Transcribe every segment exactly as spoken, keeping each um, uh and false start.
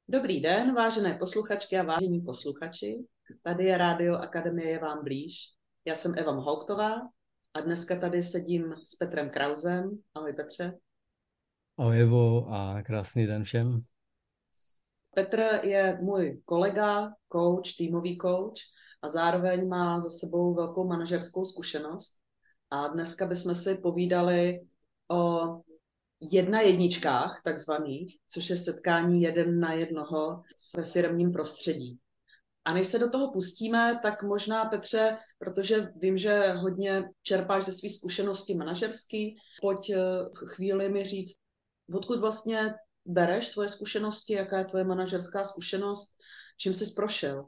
Dobrý den, vážené posluchačky a vážení posluchači. Tady je Rádio Akademie je vám blíž. Já jsem Eva Mohouktová a dneska tady sedím s Petrem Krausem. Ahoj Petře. Ahoj Evo a krásný den všem. Petr je můj kolega, coach, týmový coach a zároveň má za sebou velkou manažerskou zkušenost. A dneska bychom si povídali o jedna jedničkách takzvaných, což je setkání jeden na jednoho ve firemním prostředí. A než se do toho pustíme, tak možná Petře, protože vím, že hodně čerpáš ze svých zkušeností manažerský, pojď chvíli mi říct, odkud vlastně bereš svoje zkušenosti, jaká je tvoje manažerská zkušenost, čím jsi prošel?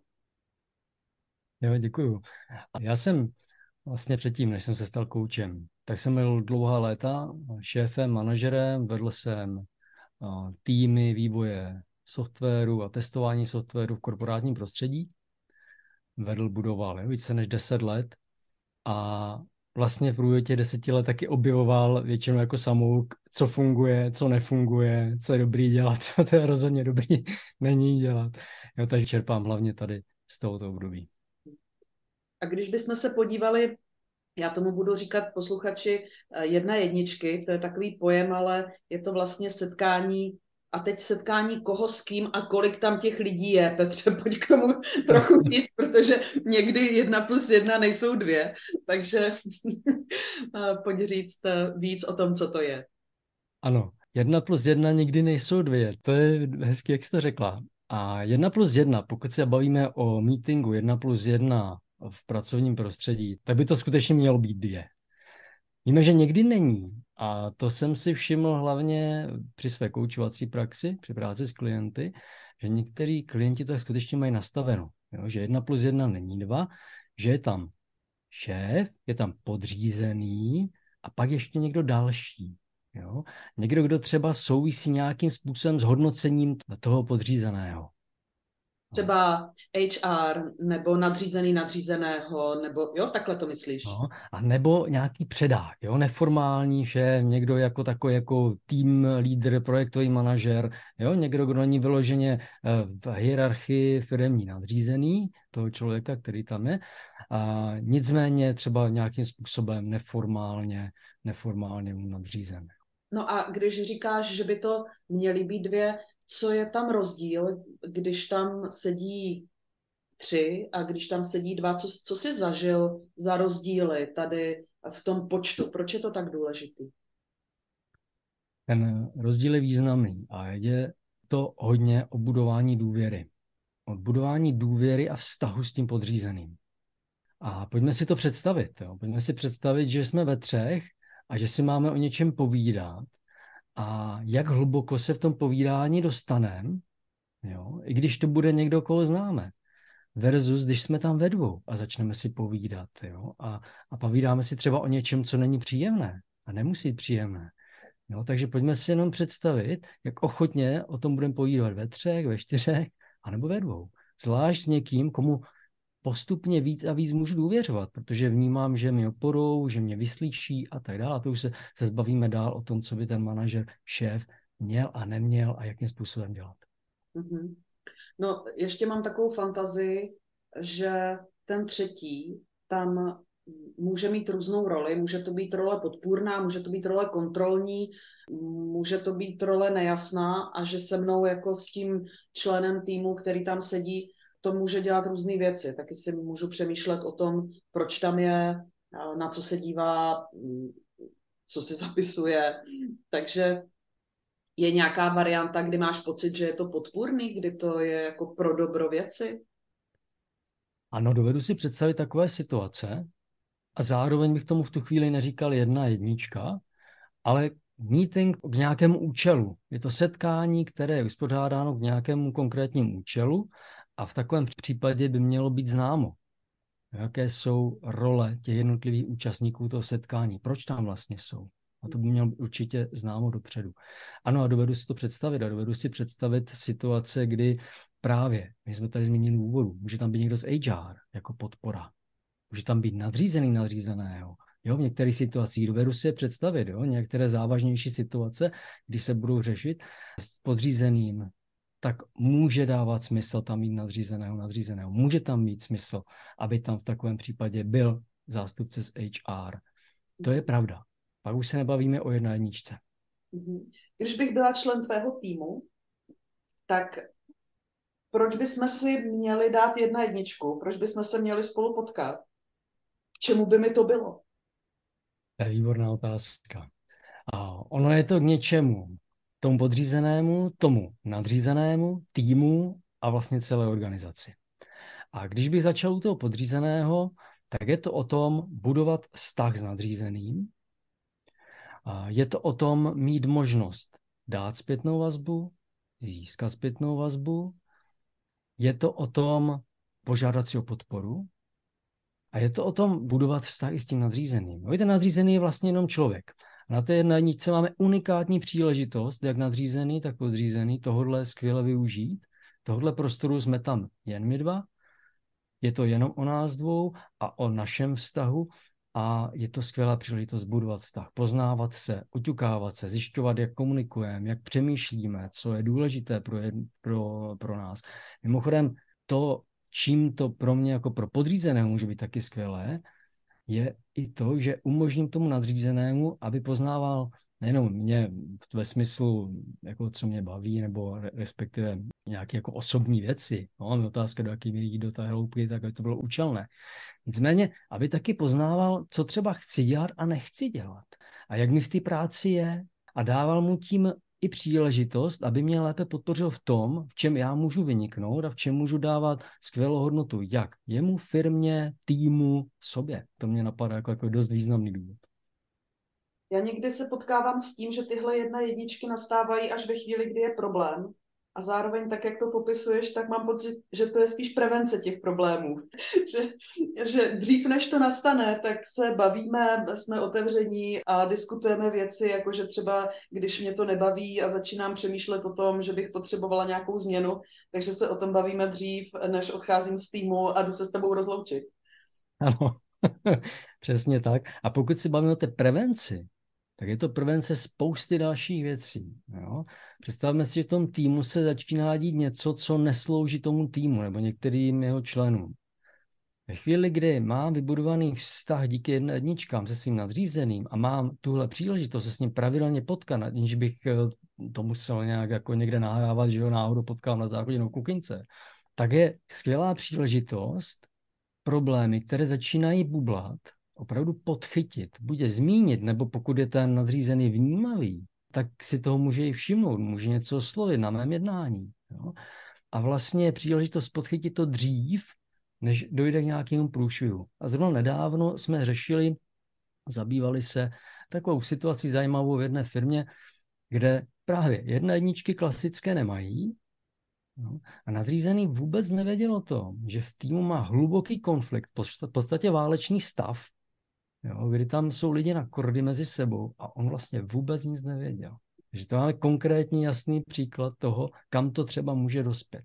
Jo, děkuju. Já jsem vlastně předtím, než jsem se stal koučem, tak jsem byl dlouhá léta šéfem, manažerem, vedl jsem týmy vývoje softwaru a testování softwaru v korporátním prostředí. Vedl, budoval jo, více než deset let a vlastně v průběhu těch deseti let taky objevoval většinou jako samouk, co funguje, co nefunguje, co je dobrý dělat, co to je rozhodně dobrý není dělat. Jo, takže čerpám hlavně tady z tohoto období. A když bychom se podívali, já tomu budu říkat posluchači jedna jedničky, to je takový pojem, ale je to vlastně setkání a teď setkání koho s kým a kolik tam těch lidí je. Petře, pojď k tomu trochu víc, protože někdy jedna plus jedna nejsou dvě, takže pojď říct víc o tom, co to je. Ano, jedna plus jedna nikdy nejsou dvě, to je hezky, jak jsi to řekla. A jedna plus jedna, pokud se bavíme o meetingu jedna plus jedna v pracovním prostředí, tak by to skutečně mělo být dvě. Víme, že někdy není. A to jsem si všiml hlavně při své koučovací praxi, při práci s klienty, že někteří klienti to skutečně mají nastaveno. Jo? Že jedna plus jedna není dva, že je tam šéf, je tam podřízený a pak ještě někdo další. Jo? Někdo, kdo třeba souvisí nějakým způsobem s hodnocením toho podřízeného. Třeba H R nebo nadřízený nadřízeného, nebo jo, takhle to myslíš? No, a nebo nějaký předák, jo, neformální šéf, někdo jako takový jako tým lídr, projektový manažer, jo, někdo, kdo není vyloženě v hierarchii firemní nadřízený toho člověka, který tam je, a nicméně třeba nějakým způsobem neformálně, neformálně nadřízený. No a když říkáš, že by to měly být dvě, co je tam rozdíl, když tam sedí tři a když tam sedí dva, co, co jsi zažil za rozdíly tady v tom počtu? Proč je to tak důležitý? Ten rozdíl je významný a je to hodně o budování důvěry. O budování důvěry a vztahu s tím podřízeným. A pojďme si to představit. Jo. Pojďme si představit, že jsme ve třech a že si máme o něčem povídat a jak hluboko se v tom povídání dostaneme, jo, i když to bude někdo, koho známe. Versus, když jsme tam ve dvou a začneme si povídat. Jo, a, a povídáme si třeba o něčem, co není příjemné a nemusí být příjemné. Jo, takže pojďme si jenom představit, jak ochotně o tom budeme povídat ve třech, ve čtyřech, anebo ve dvou. Zvlášť s někým, komu postupně víc a víc můžu důvěřovat, protože vnímám, že mi oporou, že mě vyslyší a tak dále. A to už se, se zbavíme dál o tom, co by ten manažer, šéf měl a neměl a jakým způsobem dělat. Mm-hmm. No, ještě mám takovou fantazii, že ten třetí tam může mít různou roli. Může to být role podpůrná, může to být role kontrolní, může to být role nejasná a že se mnou jako s tím členem týmu, který tam sedí, to může dělat různé věci. Taky si můžu přemýšlet o tom, proč tam je, na co se dívá, co si zapisuje. Takže je nějaká varianta, kdy máš pocit, že je to podpůrný, kdy to je jako pro dobro věci? Ano, dovedu si představit takové situace a zároveň bych tomu v tu chvíli neříkal jedna jednička, ale meeting k nějakému účelu. Je to setkání, které je uspořádáno k nějakému konkrétnímu účelu a v takovém případě by mělo být známo, jaké jsou role těch jednotlivých účastníků toho setkání, proč tam vlastně jsou. A to by mělo být určitě známo dopředu. Ano, a dovedu si to představit. A dovedu si představit situace, kdy právě, my jsme tady zmínili v úvodu, může tam být někdo z H R jako podpora. Může tam být nadřízený nadřízeného. Jo, v některých situacích dovedu si je představit, jo, některé závažnější situace, kdy se budou řešit s podřízeným tak může dávat smysl tam mít nadřízeného, nadřízeného. Může tam mít smysl, aby tam v takovém případě byl zástupce z H R. To je pravda. Pak už se nebavíme o jedné jedničce. Když bych byla člen tvého týmu, tak proč bychom si měli dát jedna jedničku? Proč bychom se měli spolu potkat? K čemu by mi to bylo? To je výborná otázka. A ono je to k něčemu. Tomu podřízenému, tomu nadřízenému, týmu a vlastně celé organizaci. A když bych začal u toho podřízeného, tak je to o tom budovat vztah s nadřízeným. A je to o tom mít možnost dát zpětnou vazbu, získat zpětnou vazbu. Je to o tom požádat si o podporu. A je to o tom budovat vztah i s tím nadřízeným. No, ten nadřízený je vlastně jenom člověk. A na té jedné jedničce máme unikátní příležitost, jak nadřízený, tak podřízený, tohodle skvěle využít. Tohodle prostoru jsme tam jen my dva. Je to jenom o nás dvou a o našem vztahu a je to skvělá příležitost budovat vztah, poznávat se, oťukávat se, zjišťovat, jak komunikujeme, jak přemýšlíme, co je důležité pro, jed, pro, pro nás. Mimochodem, to, čím to pro mě jako pro podřízeného může být taky skvělé, je i to, že umožním tomu nadřízenému, aby poznával nejenom mě ve smyslu, jako co mě baví, nebo respektive nějaké jako osobní věci. No, je otázka, do jaké míry jít do té hloubky, tak aby to bylo účelné. Nicméně, aby taky poznával, co třeba chci dělat a nechci dělat. A jak mi v té práci je. A dával mu tím i příležitost, aby mě lépe podpořil v tom, v čem já můžu vyniknout a v čem můžu dávat skvělou hodnotu. Jak? Jemu, firmě, týmu, sobě. To mě napadá jako, jako dost významný důvod. Já někdy se potkávám s tím, že tyhle jedné jedničky nastávají až ve chvíli, kdy je problém. A zároveň tak, jak to popisuješ, tak mám pocit, že to je spíš prevence těch problémů. že, že dřív, než to nastane, tak se bavíme, jsme otevření a diskutujeme věci, jako že třeba, když mě to nebaví a začínám přemýšlet o tom, že bych potřebovala nějakou změnu, takže se o tom bavíme dřív, než odcházím z týmu a jdu se s tebou rozloučit. Ano, přesně tak. A pokud si bavíme o té prevenci, tak je to prevence spousty dalších věcí. Jo? Představme si, že v tom týmu se začíná dít něco, co neslouží tomu týmu nebo některým jeho členům. Ve chvíli, kdy mám vybudovaný vztah díky jedné jedničkám se svým nadřízeným a mám tuhle příležitost se s ním pravidelně potkat, aniž bych to musel nějak jako někde nahrávat, že ho náhodou potkám na záchodě nebo kuchyňce, tak je skvělá příležitost problémy, které začínají bublat, opravdu podchytit, buď je zmínit, nebo pokud je ten nadřízený vnímavý, tak si toho může i všimnout, může něco oslovit na mém jednání. Jo? A vlastně je příležitost podchytit to dřív, než dojde k nějakému průšvihu. A zrovna nedávno jsme řešili, zabývali se takovou situací zajímavou v jedné firmě, kde právě jedné jedničky klasické nemají, no, a nadřízený vůbec nevěděl o tom, že v týmu má hluboký konflikt, v podstatě válečný stav, jo, kdy tam jsou lidi na kordy mezi sebou a on vlastně vůbec nic nevěděl. Takže to máme konkrétní jasný příklad toho, kam to třeba může dospět.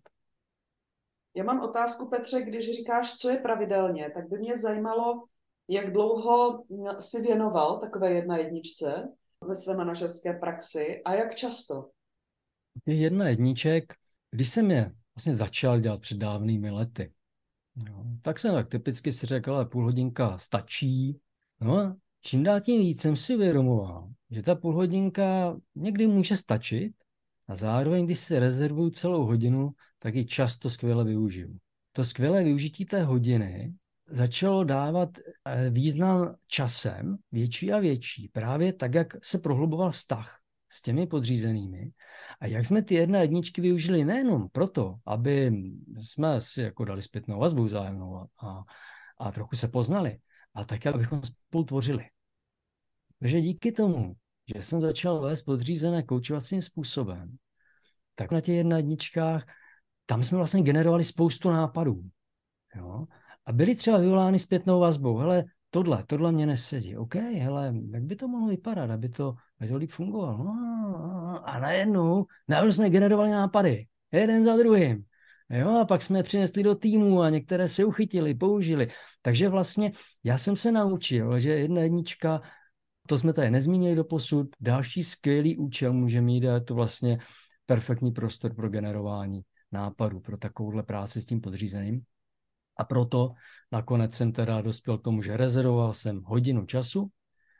Já mám otázku, Petře, když říkáš, co je pravidelně, tak by mě zajímalo, jak dlouho jsi věnoval takové jedna jedničce ve své manažerské praxi a jak často? Těch jedna jedniček, když jsem je vlastně začal dělat před dávnými lety, jo, tak jsem tak typicky si řekl, ale půl hodinka stačí. No a čím dál tím víc jsem si uvědomoval, že ta půl hodinka někdy může stačit a zároveň, když si rezervuju celou hodinu, tak ji často skvěle využiju. To skvělé využití té hodiny začalo dávat význam časem větší a větší, právě tak, jak se prohluboval vztah s těmi podřízenými a jak jsme ty jedné jedničky využili nejenom proto, aby jsme si jako dali zpětnou vazbu vzájemnou a, a trochu se poznali, ale také, abychom spolu tvořili. Takže díky tomu, že jsem začal vést podřízené koučovacím způsobem, tak na těch jedna jedničkách tam jsme vlastně generovali spoustu nápadů. Jo? A byly třeba vyvolány zpětnou vazbou. Hele, tohle, tohle mě nesedí. OK, hele, jak by to mohlo vypadat, aby to, aby to líp fungovalo. No, a najednou, najednou jsme generovali nápady. Jeden za druhým. Jo, a pak jsme je přinesli do týmu a některé se uchytili, použili. Takže vlastně já jsem se naučil, že jedna jednička, to jsme tady nezmínili doposud, další skvělý účel může mít, a to vlastně perfektní prostor pro generování nápadů, pro takovouhle práci s tím podřízeným. A proto nakonec jsem teda dospěl k tomu, že rezervoval jsem hodinu času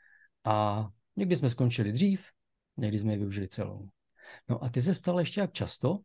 a někdy jsme skončili dřív, někdy jsme ji využili celou. No a ty se ptal ještě jak často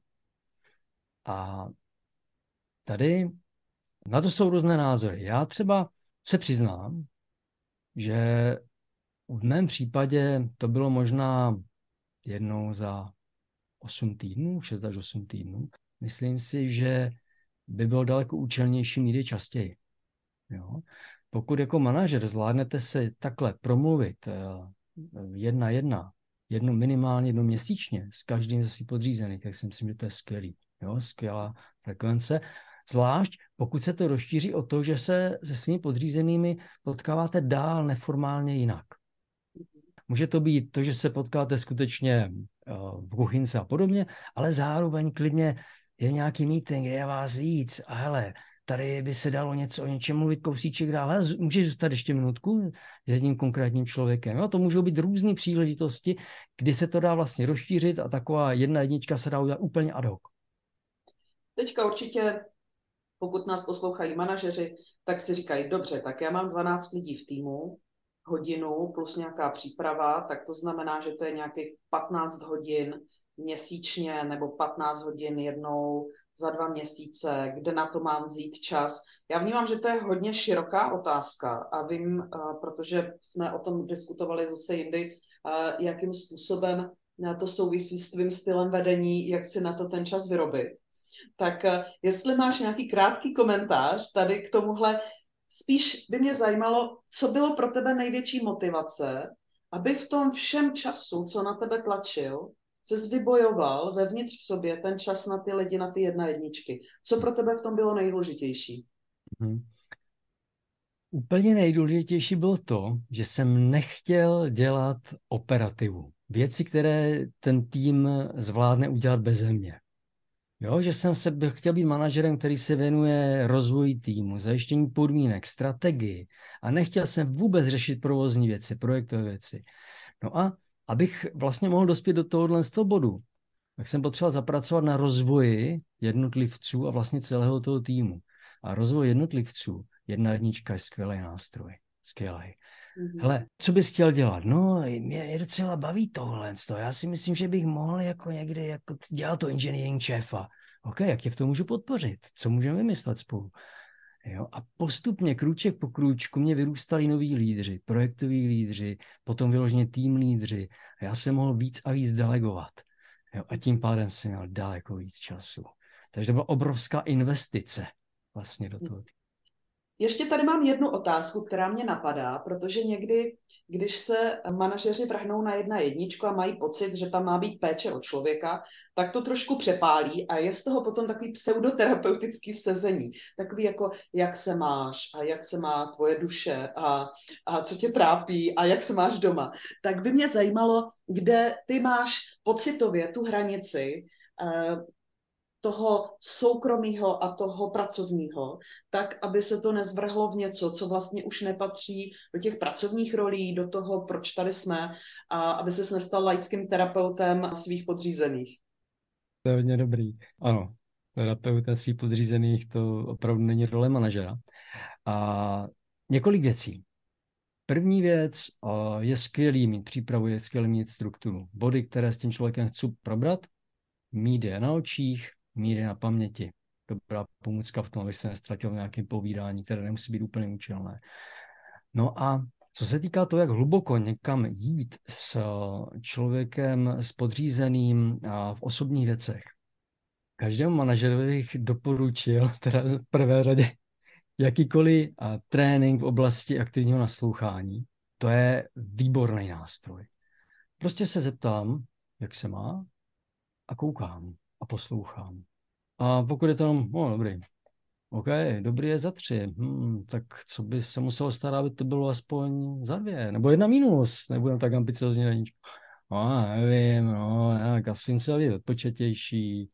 a tady na to jsou různé názory. Já třeba se přiznám, že v mém případě to bylo možná jednou za osm týdnů, šest až osm týdnů. Myslím si, že by bylo daleko účelnější mít je častěji. Jo? Pokud jako manažer zvládnete se takhle promluvit jedna jedna, jednu minimálně jednou měsíčně s každým ze svých podřízených, tak si myslím, že to je skvělý. Jo? Skvělá frekvence. Zvlášť pokud se to rozšíří o to, že se se svými podřízenými potkáváte dál neformálně jinak. Může to být to, že se potkáte skutečně v kuchynce a podobně, ale zároveň klidně je nějaký meeting, je vás víc a hele, tady by se dalo něco o něčem mluvit kousíček dál, ale můžeš zůstat ještě minutku s jedním konkrétním člověkem. Jo? To můžou být různé příležitosti, kdy se to dá vlastně rozšířit a taková jedna jednička se dá udělat úplně ad hoc. Teďka určitě, pokud nás poslouchají manažeři, tak si říkají, dobře, tak já mám dvanáct lidí v týmu, hodinu plus nějaká příprava, tak to znamená, že to je nějakých patnáct hodin měsíčně nebo patnáct hodin jednou za dva měsíce, kde na to mám vzít čas. Já vnímám, že to je hodně široká otázka a vím, protože jsme o tom diskutovali zase jindy, jakým způsobem to souvisí s tvým stylem vedení, jak si na to ten čas vyrobit. Tak jestli máš nějaký krátký komentář tady k tomuhle, spíš by mě zajímalo, co bylo pro tebe největší motivace, aby v tom všem času, co na tebe tlačil, ses vybojoval vevnitř v sobě ten čas na ty lidi, na ty jedna jedničky. Co pro tebe v tom bylo nejdůležitější? Hmm. Úplně nejdůležitější bylo to, že jsem nechtěl dělat operativu. Věci, které ten tým zvládne udělat beze mě. Jo, že jsem se byl, chtěl být manažerem, který se věnuje rozvoji týmu, zajištění podmínek, strategii a nechtěl jsem vůbec řešit provozní věci, projektové věci. No a abych vlastně mohl dospět do tohohle z toho bodu, tak jsem potřeboval zapracovat na rozvoji jednotlivců a vlastně celého toho týmu. A rozvoj jednotlivců, jedna jednička je skvělý nástroj. Skvělý. Mm-hmm. Hele, co bys chtěl dělat? No, mě docela baví tohle. Já si myslím, že bych mohl jako někdy jako dělat to engineering šéfa. OK, jak tě v tom můžu podpořit? Co můžeme vymyslet spolu? Jo? A postupně, krůček po krůčku, mě vyrůstali noví lídři, projektoví lídři, potom vyloženě tým lídři. A já jsem mohl víc a víc delegovat. Jo? A tím pádem jsem měl daleko víc času. Takže to byla obrovská investice vlastně do toho. Ještě tady mám jednu otázku, která mě napadá, protože někdy, když se manažeři vrhnou na jedna jedničku a mají pocit, že tam má být péče o člověka, tak to trošku přepálí a je z toho potom takový pseudoterapeutický sezení. Takový jako, jak se máš a jak se má tvoje duše a, a co tě trápí a jak se máš doma. Tak by mě zajímalo, kde ty máš pocitově tu hranici, toho soukromého a toho pracovního, tak, aby se to nezvrhlo v něco, co vlastně už nepatří do těch pracovních rolí, do toho, proč tady jsme, a aby ses nestal laickým terapeutem svých podřízených. To je hodně dobrý. Ano, terapeuta svých podřízených, to opravdu není role manažera. A několik věcí. První věc je skvělý mít přípravu, je skvělý mít strukturu. Body, které s tím člověkem chci probrat, mít je na očích, mít je na paměti. Dobrá pomůcka v tom, aby se nestratil v nějakém povídání, které nemusí být úplně účelné. No a co se týká toho, jak hluboko někam jít s člověkem, s podřízeným a v osobních věcech, každému manažerovi bych doporučil, teda v prvé řadě, jakýkoliv a, trénink v oblasti aktivního naslouchání. To je výborný nástroj. Prostě se zeptám, jak se má, a koukám a poslouchám. A pokud je to jenom, no dobrý, OK, dobrý je za tři, hmm, tak co by se muselo starat, aby to bylo aspoň za dvě, nebo jedna minus, nebudem tak ambiciozní na ničku. No, nevím, no, tak asi musel být odpočetější.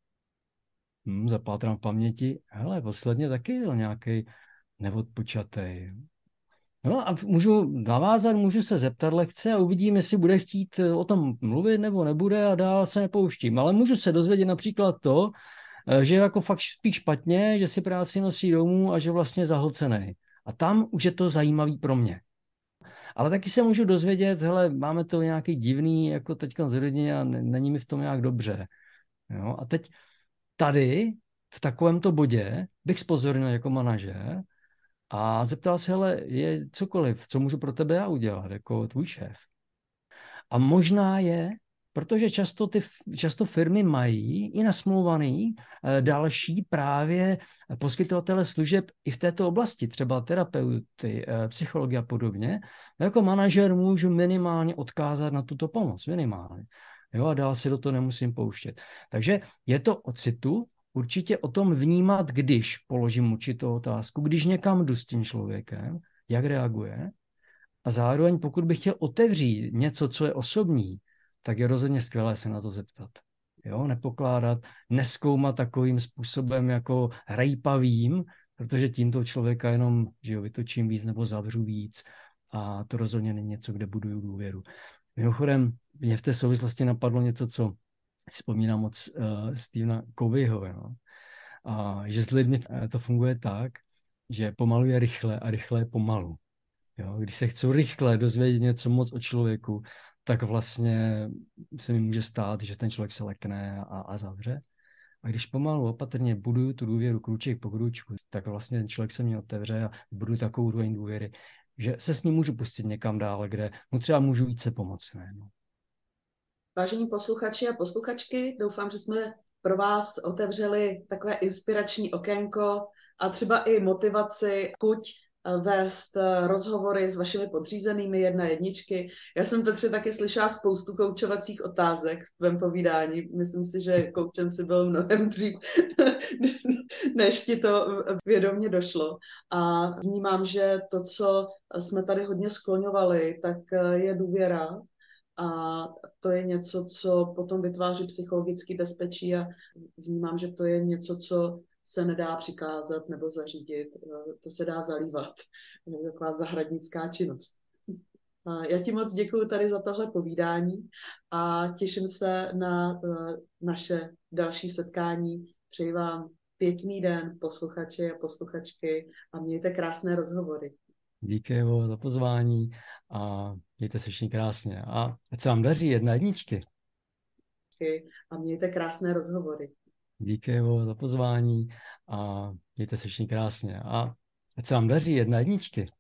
Hmm, zapátrám v paměti, hele, posledně taky byl nějaký neodpočatej. No a můžu navázat, můžu se zeptat lehce a uvidím, jestli bude chtít o tom mluvit nebo nebude a dál se nepouštím. Ale můžu se dozvědět například to, že jako fakt spí špatně, že si práci nosí domů a že vlastně je zahlcený. A tam už je to zajímavý pro mě. Ale taky se můžu dozvědět, hele, máme to nějaký divný, jako teďka z rodině a není mi v tom nějak dobře. Jo? A teď tady, v takovémto bodě, bych spozornil jako manažer a zeptal se, hele, je cokoliv, co můžu pro tebe já udělat, jako tvůj šéf. A možná je, protože často ty často firmy mají i nasmluvaný e, další právě poskytovatele služeb i v této oblasti, třeba terapeuty, e, psychologie a podobně. Jako manažer můžu minimálně odkázat na tuto pomoc, minimálně. Jo, a dál si do toho nemusím pouštět. Takže je to o citu, určitě o tom vnímat, když položím určitou otázku, když někam jdu s tím člověkem, jak reaguje. A zároveň, pokud bych chtěl otevřít něco, co je osobní, tak je rozhodně skvělé se na to zeptat. Jo, nepokládat, nezkoumat takovým způsobem jako rejpavým, protože tímto člověka jenom že jo, vytočím víc nebo zavřu víc a to rozhodně není něco, kde buduju důvěru. Mimochodem, mě v té souvislosti napadlo něco, co si vzpomínám od uh, Stephena Coveyho, jo. A že s lidmi to funguje tak, že pomalu je rychle a rychle je pomalu. Jo, když se chci rychle dozvědět něco moc o člověku, tak vlastně se mi může stát, že ten člověk se lekne a, a zavře. A když pomalu opatrně buduju tu důvěru krůček po krůčku, tak vlastně ten člověk se mě otevře a buduju takovou úroveň důvěry, že se s ním můžu pustit někam dál, kde mu třeba můžu více pomoci. Ne? No. Vážení posluchači a posluchačky, doufám, že jsme pro vás otevřeli takové inspirační okénko a třeba i motivaci, kuť vést rozhovory s vašimi podřízenými jedna jedničky. Já jsem, Petře, taky slyšela spoustu koučovacích otázek v tvém povídání. Myslím si, že koučem si byl mnohem dřív, než ti to vědomě došlo. A vnímám, že to, co jsme tady hodně skloňovali, tak je důvěra. A to je něco, co potom vytváří psychologické bezpečí a vnímám, že to je něco, co se nedá přikázat nebo zařídit. To se dá zalívat. Je taková zahradnická činnost. Já ti moc děkuji tady za tohle povídání a těším se na naše další setkání. Přeji vám pěkný den, posluchači a posluchačky, a mějte krásné rozhovory. Díky Evo za pozvání a mějte se všichni krásně. A ať se vám daří jedna jedničky. A mějte krásné rozhovory. Díky Evo za pozvání a mějte se všichni krásně. A ať se vám daří jedna jedničky.